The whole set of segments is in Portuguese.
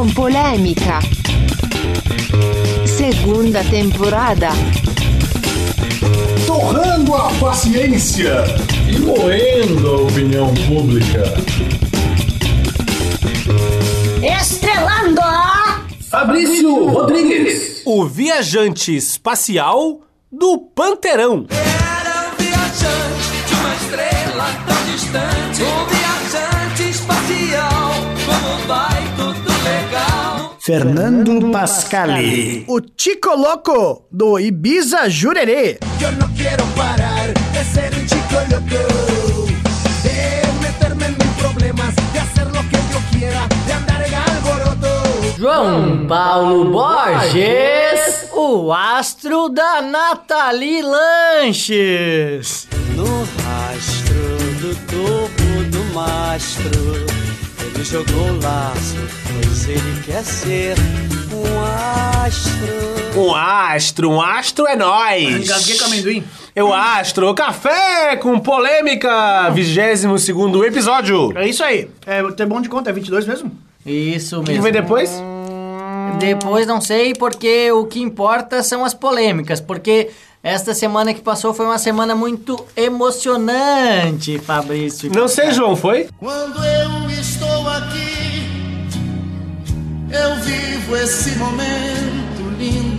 com polêmica. Segunda temporada. Torrando a paciência e moendo a opinião pública. Estrelando a Fabrício Rodrigues, o viajante espacial do Panteirão. Era um viajante de uma estrela tão distante, um viajante espacial, como vai tudo legal. Fernando Pascali, o Chico Loco do Ibiza Jurerê. Eu não quero parar de ser um chico loco, de meterme em problemas, de fazer o que eu quiera, de andar em alboroto. João Paulo Borges, o astro da Nathalie Lanches. No rastro do topo do mastro, ele jogou o laço, pois ele quer ser um astro. Um astro é nóis. Engasguei com amendoim. Eu astro, o café com polêmica, 22º episódio. É isso aí. É bom de conta, é 22 mesmo? Isso O que mesmo. vem depois? Depois não sei, porque o que importa são as polêmicas, porque esta semana que passou foi uma semana muito emocionante, Fabrício. Não sei, João, foi? Quando eu estou aqui, eu vivo esse momento lindo.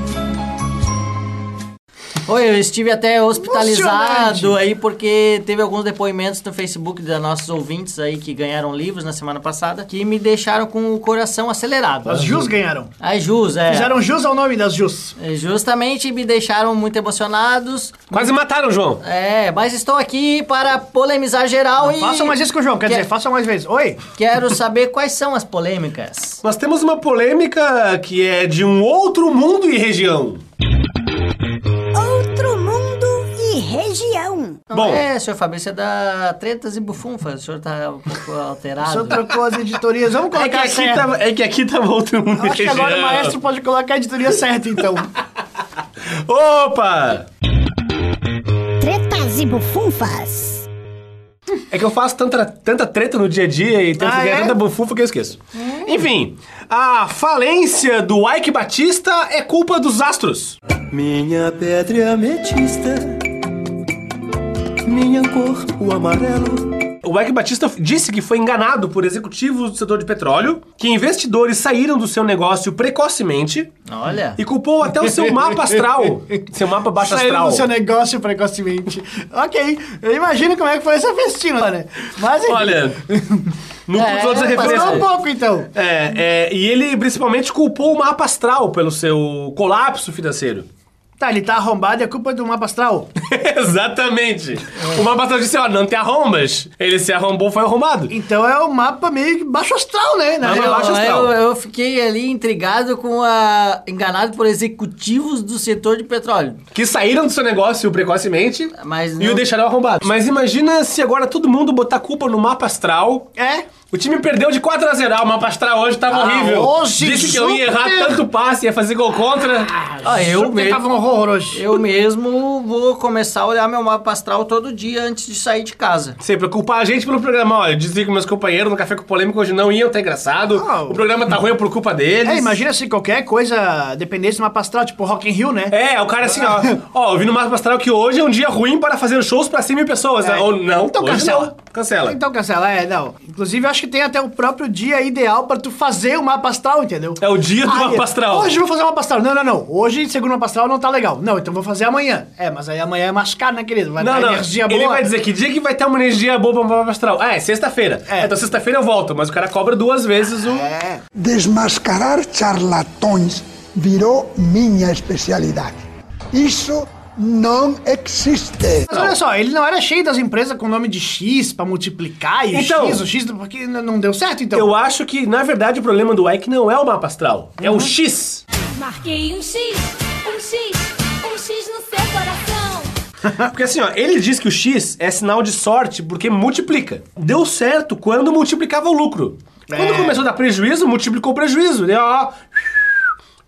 Oi, eu estive até hospitalizado aí porque teve alguns depoimentos no Facebook dos nossos ouvintes aí que ganharam livros na semana passada que me deixaram com o coração acelerado. As Jus ganharam. As Jus, é. Fizeram jus ao nome das Jus. Justamente me deixaram muito emocionados. Quase mataram o João. É, mas estou aqui para polemizar geral e... Façam mais isso com o João, quer dizer, façam mais vezes. Oi? Quero saber quais são as polêmicas. Nós temos uma polêmica que é de um outro mundo e região. outro mundo e região. Não Bom. é, senhor Fabrício, é da Tretas e Bufunfas. O senhor tá um pouco alterado. O senhor trocou as editorias, vamos colocar É que aqui tava outro mundo e Acho que região. agora o maestro pode colocar a editoria certa, então. Opa! Tretas e bufunfas. É que eu faço tanta treta no dia a dia e tento ganhar tanta bufufa que eu esqueço. Enfim, a falência do Ike Batista é culpa dos astros. Minha pedra é ametista, minha cor, o amarelo. O Ike Batista disse que foi enganado por executivos do setor de petróleo, que investidores saíram do seu negócio precocemente. Olha. E culpou até o seu mapa astral. Seu mapa baixo Saíram astral. do seu negócio precocemente. Ok, eu imagino como é que foi essa festina, né? Mas enfim. Olha, não pude dizer referência. Passou um pouco, então. E ele principalmente culpou o mapa astral pelo seu colapso financeiro. Tá, ele tá arrombado e é culpa do mapa astral. Exatamente. O mapa astral disse, ó, não te arrombas. Ele se arrombou, foi arrombado. Então é o mapa meio que baixo astral, né? Na real. baixo astral. Eu fiquei ali intrigado com enganado por executivos do setor de petróleo. Que saíram do seu negócio precocemente Mas e o deixaram arrombado. Mas imagina se agora todo mundo botar culpa no mapa astral. O time perdeu de 4-0. O mapa astral hoje tava horrível. Hoje Disse que eu ia errar tanto passe, ia fazer gol contra. Eu mesmo vou começar a olhar meu mapa astral todo dia antes de sair de casa. Sem preocupar a gente pelo programa. Olha, dizia que meus companheiros no Café com Polêmica hoje não iam, tá engraçado. O programa tá ruim por culpa deles. Imagina se qualquer coisa dependesse do mapa astral, tipo Rock in Rio, né? O cara assim, ó, eu vi no mapa astral que hoje é um dia ruim para fazer shows pra 100 mil pessoas. Ou não, então hoje cancela. Não. Cancela. Então cancela, não. Inclusive, eu acho que tem até o próprio dia ideal pra tu fazer o mapa astral, entendeu? É o dia do mapa astral. Hoje eu vou fazer o mapa astral. Não. Hoje, segundo o mapa astral, não tá legal. Não, então vou fazer amanhã. Mas aí amanhã é mais caro, né, querido? Vai dar energia boa. Ele vai dizer que dia que vai ter uma energia boa pra mapa astral. É sexta-feira. Então sexta-feira eu volto, mas o cara cobra 2 vezes o... Desmascarar charlatões virou minha especialidade. Isso não existe. Mas olha só, ele não era cheio das empresas com o nome de X pra multiplicar e então, o X, porque não deu certo, então. Eu acho que, na verdade, o problema do Ike não é o mapa astral, é o X. Marquei um X no seu coração. Porque assim, ó, ele diz que o X é sinal de sorte porque multiplica. Deu certo quando multiplicava o lucro. Quando começou a dar prejuízo, multiplicou o prejuízo. Ó,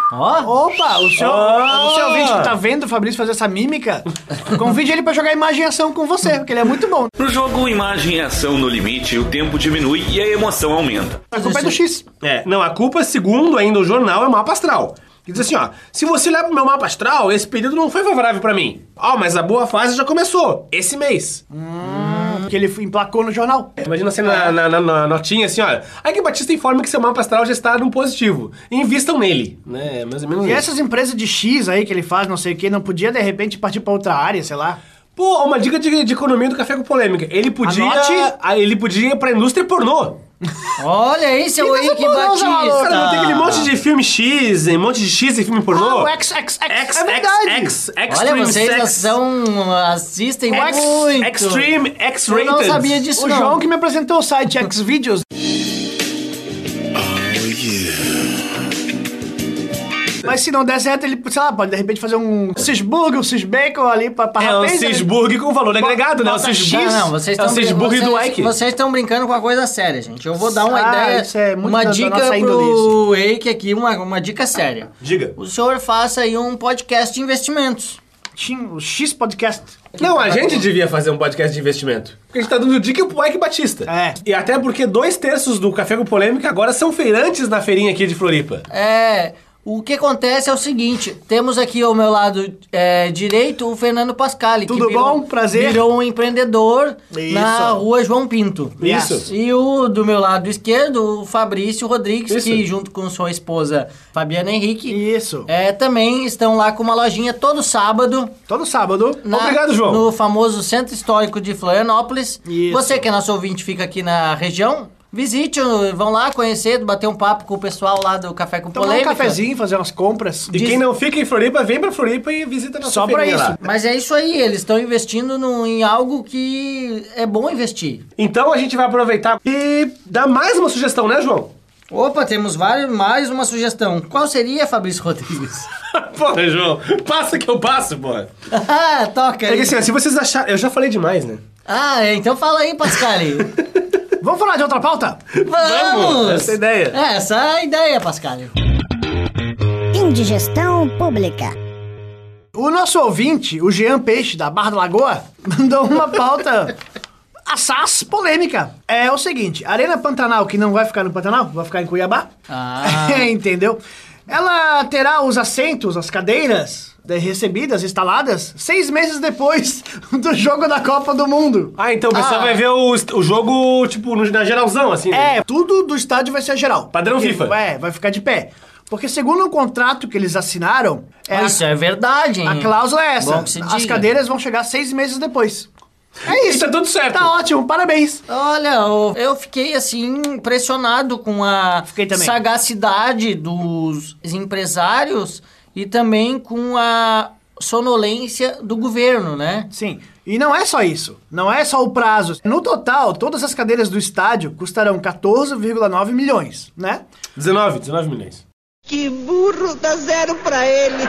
Opa, o seu ouvinte que tá vendo o Fabrício fazer essa mímica, convide ele pra jogar Imagem e Ação com você, porque ele é muito bom. No jogo Imagem e Ação no limite, o tempo diminui e a emoção aumenta. A culpa é do X. Não, a culpa, segundo ainda o jornal, é o mapa astral. Que diz assim, ó, se você olhar pro meu mapa astral, esse período não foi favorável pra mim. Mas a boa fase já começou, esse mês. Que ele emplacou no jornal. Imagina assim na notinha assim, olha, Ike Batista informa que seu mapa astral já está no positivo. Invistam nele, né? Mais ou menos E isso. essas empresas de X aí que ele faz, não sei o que, não podia de repente partir pra outra área, sei lá. Pô, uma dica de economia do Café com Polêmica. Ele podia ir pra indústria pornô. Olha aí, seu Ike Batista. Cara, não tem aquele monte de filme X, um monte de X em filme pornô? O XXX, é verdade. Olha, vocês assistem muito. Extreme, X-rated. Eu não sabia disso, O João que me apresentou o site Xvideos. Mas se não der certo, ele, sei lá, pode de repente fazer um cheeseburger, um cheesebacon ali pra rapaz. Um cheeseburger com valor agregado, né? O X. Não, vocês estão cheeseburger do Ike. Vocês estão brincando com uma coisa séria, gente. Eu vou dar uma ideia, isso é muito uma da dica nossa índole, pro Ike aqui, uma dica séria. Diga. O senhor faça aí um podcast de investimentos. O X Podcast. Não, a gente devia fazer um podcast de investimento. Porque a gente tá dando dica pro Ike Batista. E até porque 2/3 do Café com Polêmica agora são feirantes na feirinha aqui de Floripa. O que acontece é o seguinte, temos aqui ao meu lado direito o Fernando Pascali. Tudo bom? Prazer. Virou um empreendedor na rua João Pinto. Isso. E o do meu lado esquerdo, o Fabrício Rodrigues, que junto com sua esposa Fabiana Henrique. Isso. Também estão lá com uma lojinha todo sábado. Todo sábado. Obrigado, João. No famoso Centro Histórico de Florianópolis. Isso. Você que é nosso ouvinte fica aqui na região, visite, vão lá conhecer, bater um papo com o pessoal lá do Café com Tomar Polêmica. um cafezinho, fazer umas compras. E quem não fica em Floripa, vem pra Floripa e visita a nossa Só pra feirinha isso. lá. Mas é isso aí, eles estão investindo em algo que é bom investir. Então a gente vai aproveitar e dar mais uma sugestão, né, João? Opa, temos mais uma sugestão. Qual seria, Fabrício Rodrigues? Porra, João, passa que eu passo, porra. Toca É aí. que assim, ó, se vocês acharem... Eu já falei demais, né? Então fala aí, Pascali. Vamos falar de outra pauta? Vamos! Essa é a ideia. Essa é a ideia, Pascali. Indigestão pública. O nosso ouvinte, o Jean Peixe, da Barra da Lagoa, mandou uma pauta assaz polêmica. É o seguinte, a Arena Pantanal, que não vai ficar no Pantanal, vai ficar em Cuiabá. Entendeu? Ela terá os assentos, as cadeiras recebidas, instaladas, 6 meses depois do jogo da Copa do Mundo. Então o pessoal vai ver o jogo, tipo, na geralzão, assim. Né? Tudo do estádio vai ser geral. Padrão FIFA. Vai ficar de pé. Porque segundo o contrato que eles assinaram... Isso é verdade, hein? A cláusula é essa. Bom que se As diga. cadeiras vão chegar 6 meses depois. É isso. E tá tudo certo. Tá ótimo, parabéns. Olha, eu fiquei assim impressionado com a sagacidade dos empresários e também com a sonolência do governo, né? Sim. E não é só isso. Não é só o prazo. No total, todas as cadeiras do estádio custarão 14,9 milhões, né? 19 milhões. Que burro, dá 0 pra ele.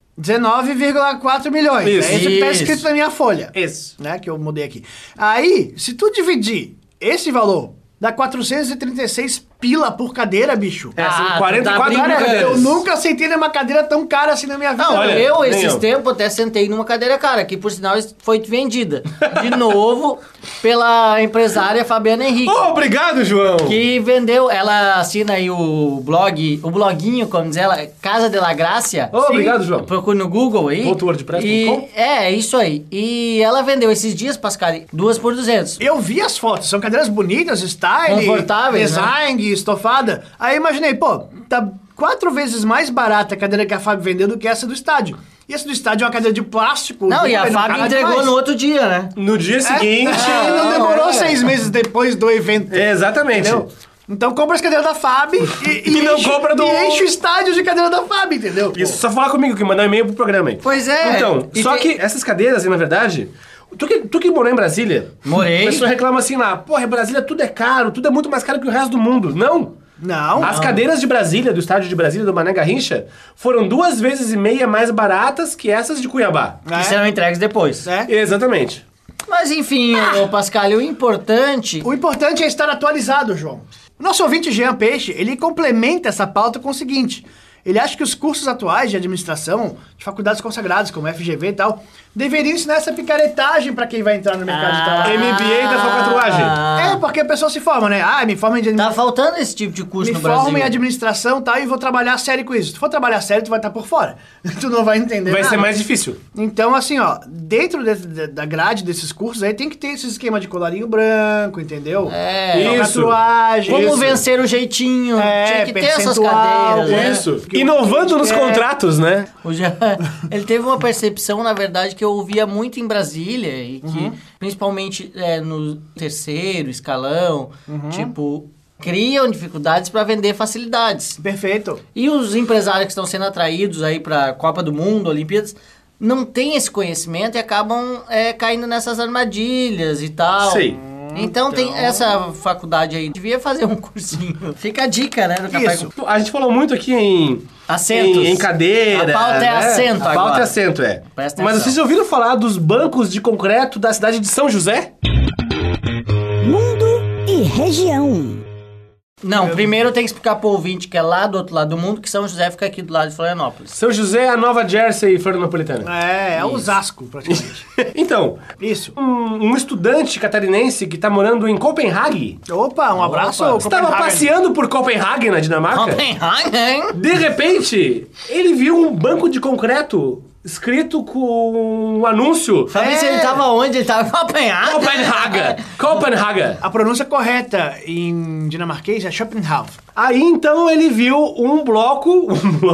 19,4 milhões. Isso. É isso que tá escrito na minha folha. Isso. Né, que eu mudei aqui. Aí, se tu dividir esse valor, dá 436 pila por cadeira, bicho. São 44 Cara, cadeiras. eu nunca sentei numa cadeira tão cara assim na minha vida. Não, olha, eu nem esses eu. tempos até sentei numa cadeira cara, que por sinal foi vendida de novo pela empresária Fabiana Henrique. Obrigado, João. Que vendeu, ela assina aí o bloguinho, como diz ela, Casa de la Gracia. Obrigado, João. Procure no Google aí. .wordpress.com. É isso aí. E ela vendeu esses dias, Pascal, 2 por 200. Eu vi as fotos, são cadeiras bonitas, style, Confortáveis, design, estofada. Aí imaginei, pô, tá 4 vezes mais barata a cadeira que a Fábio vendeu do que essa do estádio. E essa do estádio é uma cadeira de plástico. Não, e a não Fábio cabe entregou demais. no outro dia, né? No dia seguinte. Não demorou 6 meses depois do evento. Exatamente. Entendeu? Então compra as cadeiras da Fábio e não enche, compra do... e enche o estádio de cadeira da Fábio, entendeu? Isso, só falar comigo, que mandar um e-mail pro programa aí. Pois é. Então, E só tem- que essas cadeiras, na verdade... Tu que morou em Brasília... Morei. A pessoa reclama assim lá, porra, em Brasília tudo é caro, tudo é muito mais caro que o resto do mundo. Não! Não. As cadeiras de Brasília, do estádio de Brasília, do Mané Garrincha, foram 2,5 vezes mais baratas que essas de Cuiabá. Que serão entregues depois. Exatamente. Mas enfim, ô Pascal, o importante... O importante é estar atualizado, João. O nosso ouvinte Jean Peixe, ele complementa essa pauta com o seguinte... Ele acha que os cursos atuais de administração, de faculdades consagradas, como FGV e tal, deveriam ensinar essa picaretagem pra quem vai entrar no mercado de trabalho. MBA da falcatruagem. É, porque a pessoa se forma, né? Me forma em Tá faltando esse tipo de curso no Brasil. Me forma em administração e tal, e vou trabalhar sério com isso. Se tu for trabalhar sério, tu vai estar por fora. Tu não vai entender Vai nada. ser mais difícil. Então, assim, ó, dentro da grade desses cursos aí, tem que ter esse esquema de colarinho branco, entendeu? Falcatruagem. Como vencer o jeitinho. Tinha que ter essas percentual, cadeiras, né? Isso. Inovando nos contratos, né? Ele teve uma percepção, na verdade, que eu ouvia muito em Brasília, e que, principalmente no terceiro escalão, tipo, criam dificuldades para vender facilidades. Perfeito. E os empresários que estão sendo atraídos aí para Copa do Mundo, Olimpíadas, não têm esse conhecimento e acabam caindo nessas armadilhas e tal. Sim. Então tem essa faculdade aí. Devia fazer um cursinho. Fica a dica, né? Isso. A gente falou muito aqui em... Assentos. Em cadeira. A pauta é assento agora. A pauta é assento, Presta Mas atenção. vocês ouviram falar dos bancos de concreto da cidade de São José? Mundo e região. Não, primeiro tem que explicar pro ouvinte que é lá do outro lado do mundo, que São José fica aqui do lado de Florianópolis. São José é a Nova Jersey florianopolitana. É Osasco, praticamente. Então, isso. Um estudante catarinense que tá morando em Copenhague. Opa, um abraço. Estava passeando por Copenhague, na Dinamarca. Copenhague? De repente, ele viu um banco de concreto escrito com um anúncio. Fabrício, ele tava onde? Ele tava em Copenhague. Copenhague. A pronúncia correta em dinamarquês é Schopenhauer. Aí, então, ele viu um bloco,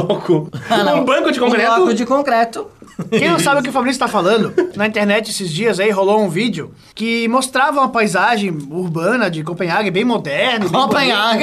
um banco de concreto. Um bloco de concreto. Quem não sabe o que o Fabrício tá falando, na internet esses dias aí rolou um vídeo que mostrava uma paisagem urbana de Copenhague, bem moderna. Copenhague?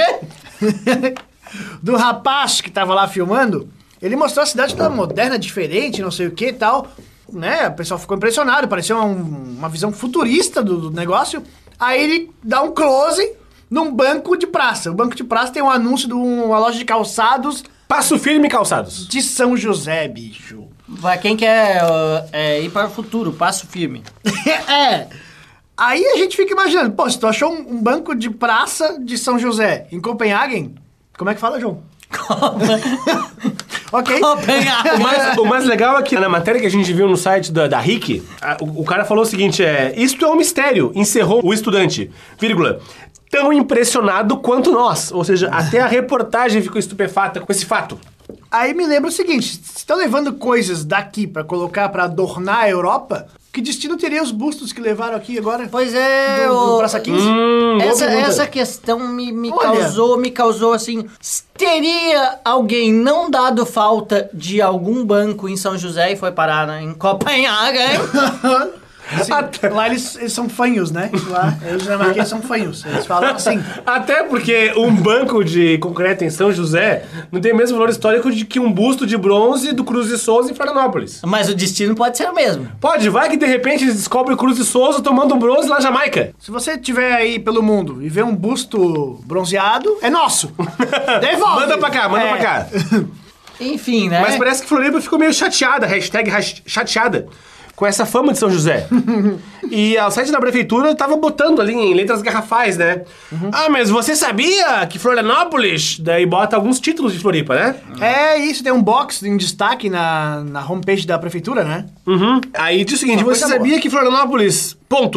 Do rapaz que tava lá filmando. Ele mostrou a cidade toda moderna, diferente, não sei o que e tal. Né? O pessoal ficou impressionado, parecia uma visão futurista do negócio. Aí ele dá um close num banco de praça. O banco de praça tem um anúncio de uma loja de calçados. Passo Firme Calçados. De São José, bicho. Vai quem quer ir para o futuro, Passo Firme. Aí a gente fica imaginando, pô, se tu achou um banco de praça de São José em Copenhague, como é que fala, João? Ok. O mais legal é que na matéria que a gente viu no site da RIC, o cara falou o seguinte, isto é um mistério, encerrou o estudante, vírgula, tão impressionado quanto nós. Ou seja, até a reportagem ficou estupefata com esse fato. Aí me lembra o seguinte, se estão levando coisas daqui pra colocar, pra adornar a Europa, que destino teria os bustos que levaram aqui agora? Pois é, do Praça 15? Essa questão me causou assim, teria alguém não dado falta de algum banco em São José e foi parar em Copenhague, hein? Sim, lá eles são fanhos, né? Lá os dinamarqueses são fanhos. Eles falam assim. Até porque um banco de concreto em São José não tem o mesmo valor histórico de que um busto de bronze do Cruz de Souza em Florianópolis. Mas o destino pode ser o mesmo. Pode, vai que de repente eles descobrem o Cruz de Souza tomando um bronze lá na Jamaica. Se você estiver aí pelo mundo e ver um busto bronzeado, é nosso. Devolve. Manda pra cá, manda pra cá. Enfim, né? Mas parece que Floripa ficou meio chateada, #chateada. Com essa fama de São José. E o site da prefeitura tava botando ali em letras garrafais, né? Mas você sabia que Florianópolis... Daí bota alguns títulos de Floripa, né? É isso, tem um box em destaque na homepage da prefeitura, né? Aí diz o seguinte, você sabia que Florianópolis,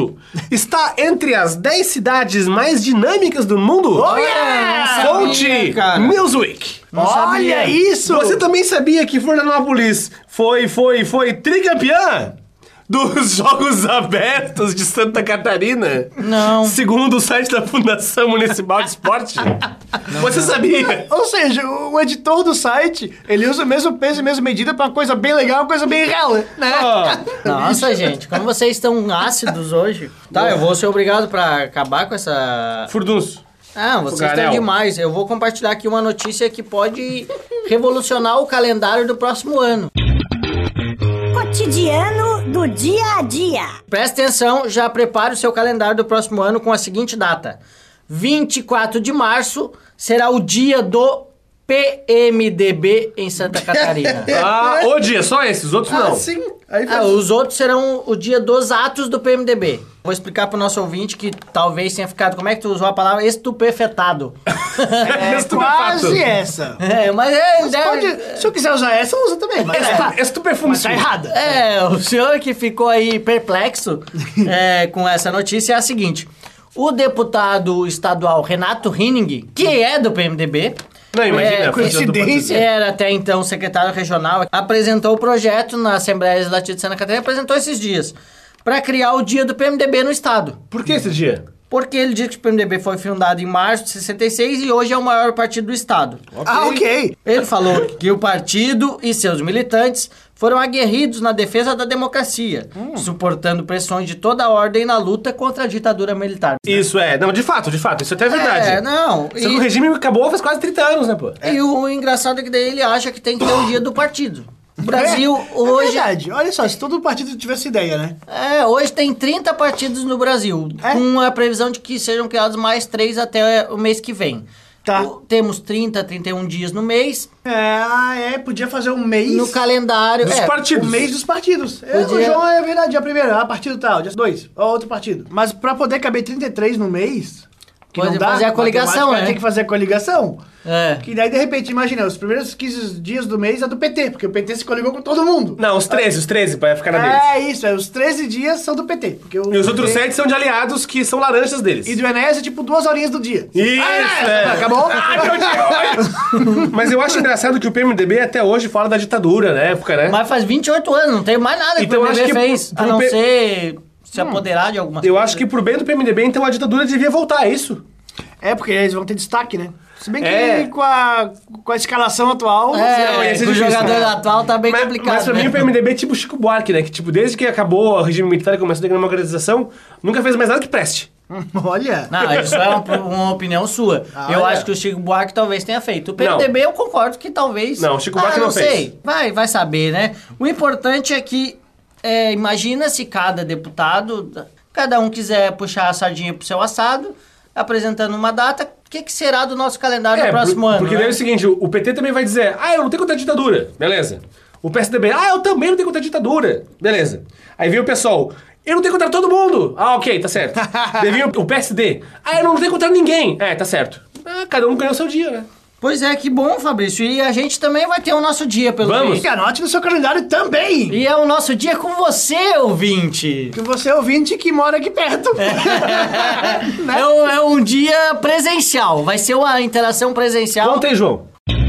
está entre as 10 cidades mais dinâmicas do mundo? Oh, yeah! Fonte Newsweek. Olha isso! Você também sabia que Florianópolis foi tricampeã dos Jogos Abertos de Santa Catarina? Não. Segundo o site da Fundação Municipal de Esporte? Você sabia? Ou seja, o editor do site, ele usa o mesmo peso e mesma medida pra uma coisa bem legal, uma coisa bem real, né? Nossa, gente, como vocês estão ácidos hoje. Tá, eu vou ser obrigado pra acabar com essa... Furdunço. Vocês estão demais. Eu vou compartilhar aqui uma notícia que pode revolucionar o calendário do próximo ano. Cotidiano do dia a dia. Presta atenção, já prepare o seu calendário do próximo ano com a seguinte data. 24 de março será o dia do PMDB em Santa Catarina. O dia, só esses, os outros não. Sim. Aí Os outros serão o dia dos atos do PMDB. Vou explicar pro nosso ouvinte que talvez tenha ficado... Como é que tu usou a palavra? Estupefetado. Quase essa. Mas se eu quiser usar essa, usa também. Mas Estupefunção. mas tá errada. o senhor que ficou aí perplexo com essa notícia é a seguinte. O deputado estadual Renato Rinning, que é do PMDB... Não, imagina. Coincidência. Era até então secretário regional, apresentou o projeto na Assembleia Legislativa de Santa Catarina, apresentou esses dias, para criar o dia do PMDB no estado. Por que esse dia? Porque ele diz que o PMDB foi fundado em março de 66 e hoje é o maior partido do estado. Ok. Ele falou que o partido e seus militantes foram aguerridos na defesa da democracia, suportando pressões de toda a ordem na luta contra a ditadura militar. Isso não, de fato, isso até é verdade. Não. Só que o regime acabou faz quase 30 anos, né, pô? E o engraçado é que daí ele acha que tem que ter o dia do partido. O Brasil hoje... É verdade. Olha só, se todo partido tivesse ideia, né? Hoje tem 30 partidos no Brasil, com a previsão de que sejam criados mais 3 até o mês que vem. Tá. Temos 30, 31 dias no mês. Podia fazer um mês... No calendário. Dos partidos. O mês dos partidos. O João é verdade, dia 1º, partido tal, dia 2, outro partido. Mas pra poder caber 33 no mês... Que Pode não dá, fazer a coligação, né? Tem que fazer a coligação. Que daí, de repente, imagina, os primeiros 15 dias do mês é do PT, porque o PT se coligou com todo mundo. Não, os 13, vai ficar na deles. Isso, os 13 dias são do PT. Porque E os outros 7 são de aliados que são laranjas deles. E do Enéas é tipo 2 horinhas do dia. Isso, Acabou? Mas eu acho engraçado que o PMDB até hoje fala da ditadura na época, né? Mas faz 28 anos, não tem mais nada Então, que o acho PMDB que fez, a não ser se apoderar de alguma coisa. Eu acho que pro bem do PMDB, então, a ditadura devia voltar, é isso? Porque eles vão ter destaque, né? Se bem que com a escalação atual... O jogador atual tá bem complicado. Mas pra mim o PMDB é tipo Chico Buarque, né? Que tipo, desde que acabou o regime militar e começou a ter uma organização, nunca fez mais nada que preste. Olha! Não, isso é uma opinião sua. Eu acho que o Chico Buarque talvez tenha feito. O PMDB eu concordo que talvez... Não, o Chico Buarque não fez. Sei. Vai saber, né? O importante é que, imagina se cada deputado, cada um quiser puxar a sardinha pro seu assado, apresentando uma data, o que será do nosso calendário no próximo ano? Porque daí é o seguinte, o PT também vai dizer, eu não tenho contra a ditadura, beleza. O PSDB, eu também não tenho contra a ditadura, beleza. Aí vem o pessoal, eu não tenho contra todo mundo. Ok, tá certo. Daí vem o PSD, eu não tenho contra ninguém. Tá certo. Cada um ganhou o seu dia, né? Pois é, que bom, Fabrício. E a gente também vai ter o nosso dia, pelo menos. Vamos. E anote no seu calendário também. E é o nosso dia com você, ouvinte. Com você, ouvinte, que mora aqui perto. É um dia presencial. Vai ser uma interação presencial. Conta aí, João.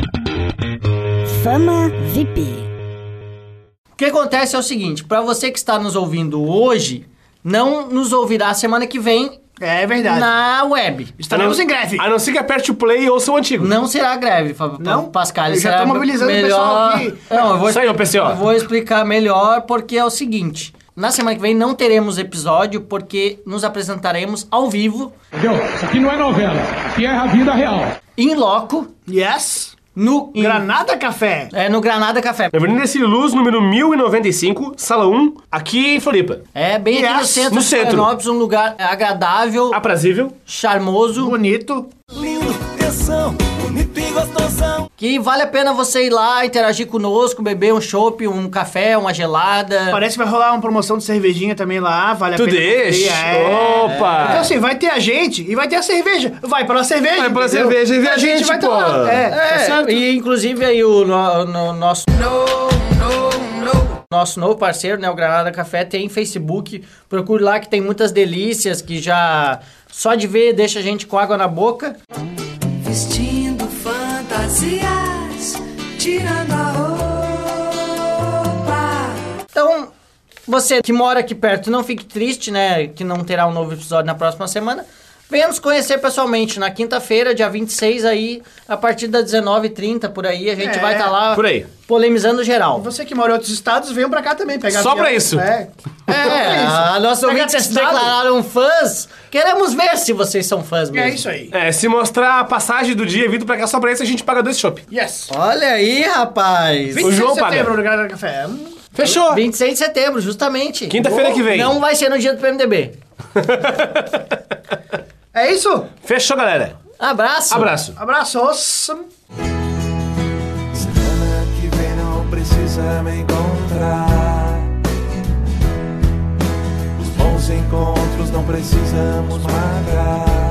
Fama VIP. O que acontece é o seguinte, pra você que está nos ouvindo hoje, não nos ouvirá semana que vem. É verdade. Na web. Estaremos em greve. A não ser que aperte o play e ouça o antigo. Não será greve, Pascal. Eu já tô mobilizando o pessoal aqui. Não, eu vou explicar melhor porque é o seguinte. Na semana que vem não teremos episódio porque nos apresentaremos ao vivo. Isso aqui não é novela, aqui é a vida real. In loco. Yes. No Granada Café. No Granada Café. Na Avenida Cílio Luz, número 1095, sala 1, aqui em Floripa. Bem aqui no centro de Florianópolis, um lugar agradável, aprazível, charmoso, bonito, lindo, tensão, bonito e gostosão. Que vale a pena você ir lá, interagir conosco, beber um chopp, um café, uma gelada. Parece que vai rolar uma promoção de cervejinha também lá, vale a pena. Tu deixa? Opa! Então assim, vai ter a gente e vai ter a cerveja. Vai pela cerveja. Vai pela cerveja e a gente vai estar lá. Tá certo? E inclusive aí o nosso... Nosso novo parceiro, né, o Granada Café, tem Facebook. Procure lá que tem muitas delícias que já... Só de ver deixa a gente com água na boca. Vestindo fantasias, tirando a roupa. Então, você que mora aqui perto, não fique triste, né, que não terá um novo episódio na próxima semana. Venha nos conhecer pessoalmente na quinta-feira, dia 26, aí, a partir das 19h30, por aí, a gente vai estar lá por aí, polemizando geral. E você que mora em outros estados, venham pra cá também pegar só pra isso. A nossos ouvintes se declararam fãs. Queremos ver se vocês são fãs mesmo. É isso aí. Se mostrar a passagem do dia vindo pra cá só pra isso, a gente paga 2 chopp. Yes. Olha aí, rapaz. 26 o João de setembro paga. no Granada Café. Fechou. 26 de setembro, justamente. Quinta-feira que vem. Não vai ser no dia do PMDB. É isso? Fechou, galera. Abraço. Abraço. Abraços. precisa me encontrar. Os bons encontros não precisamos marcar.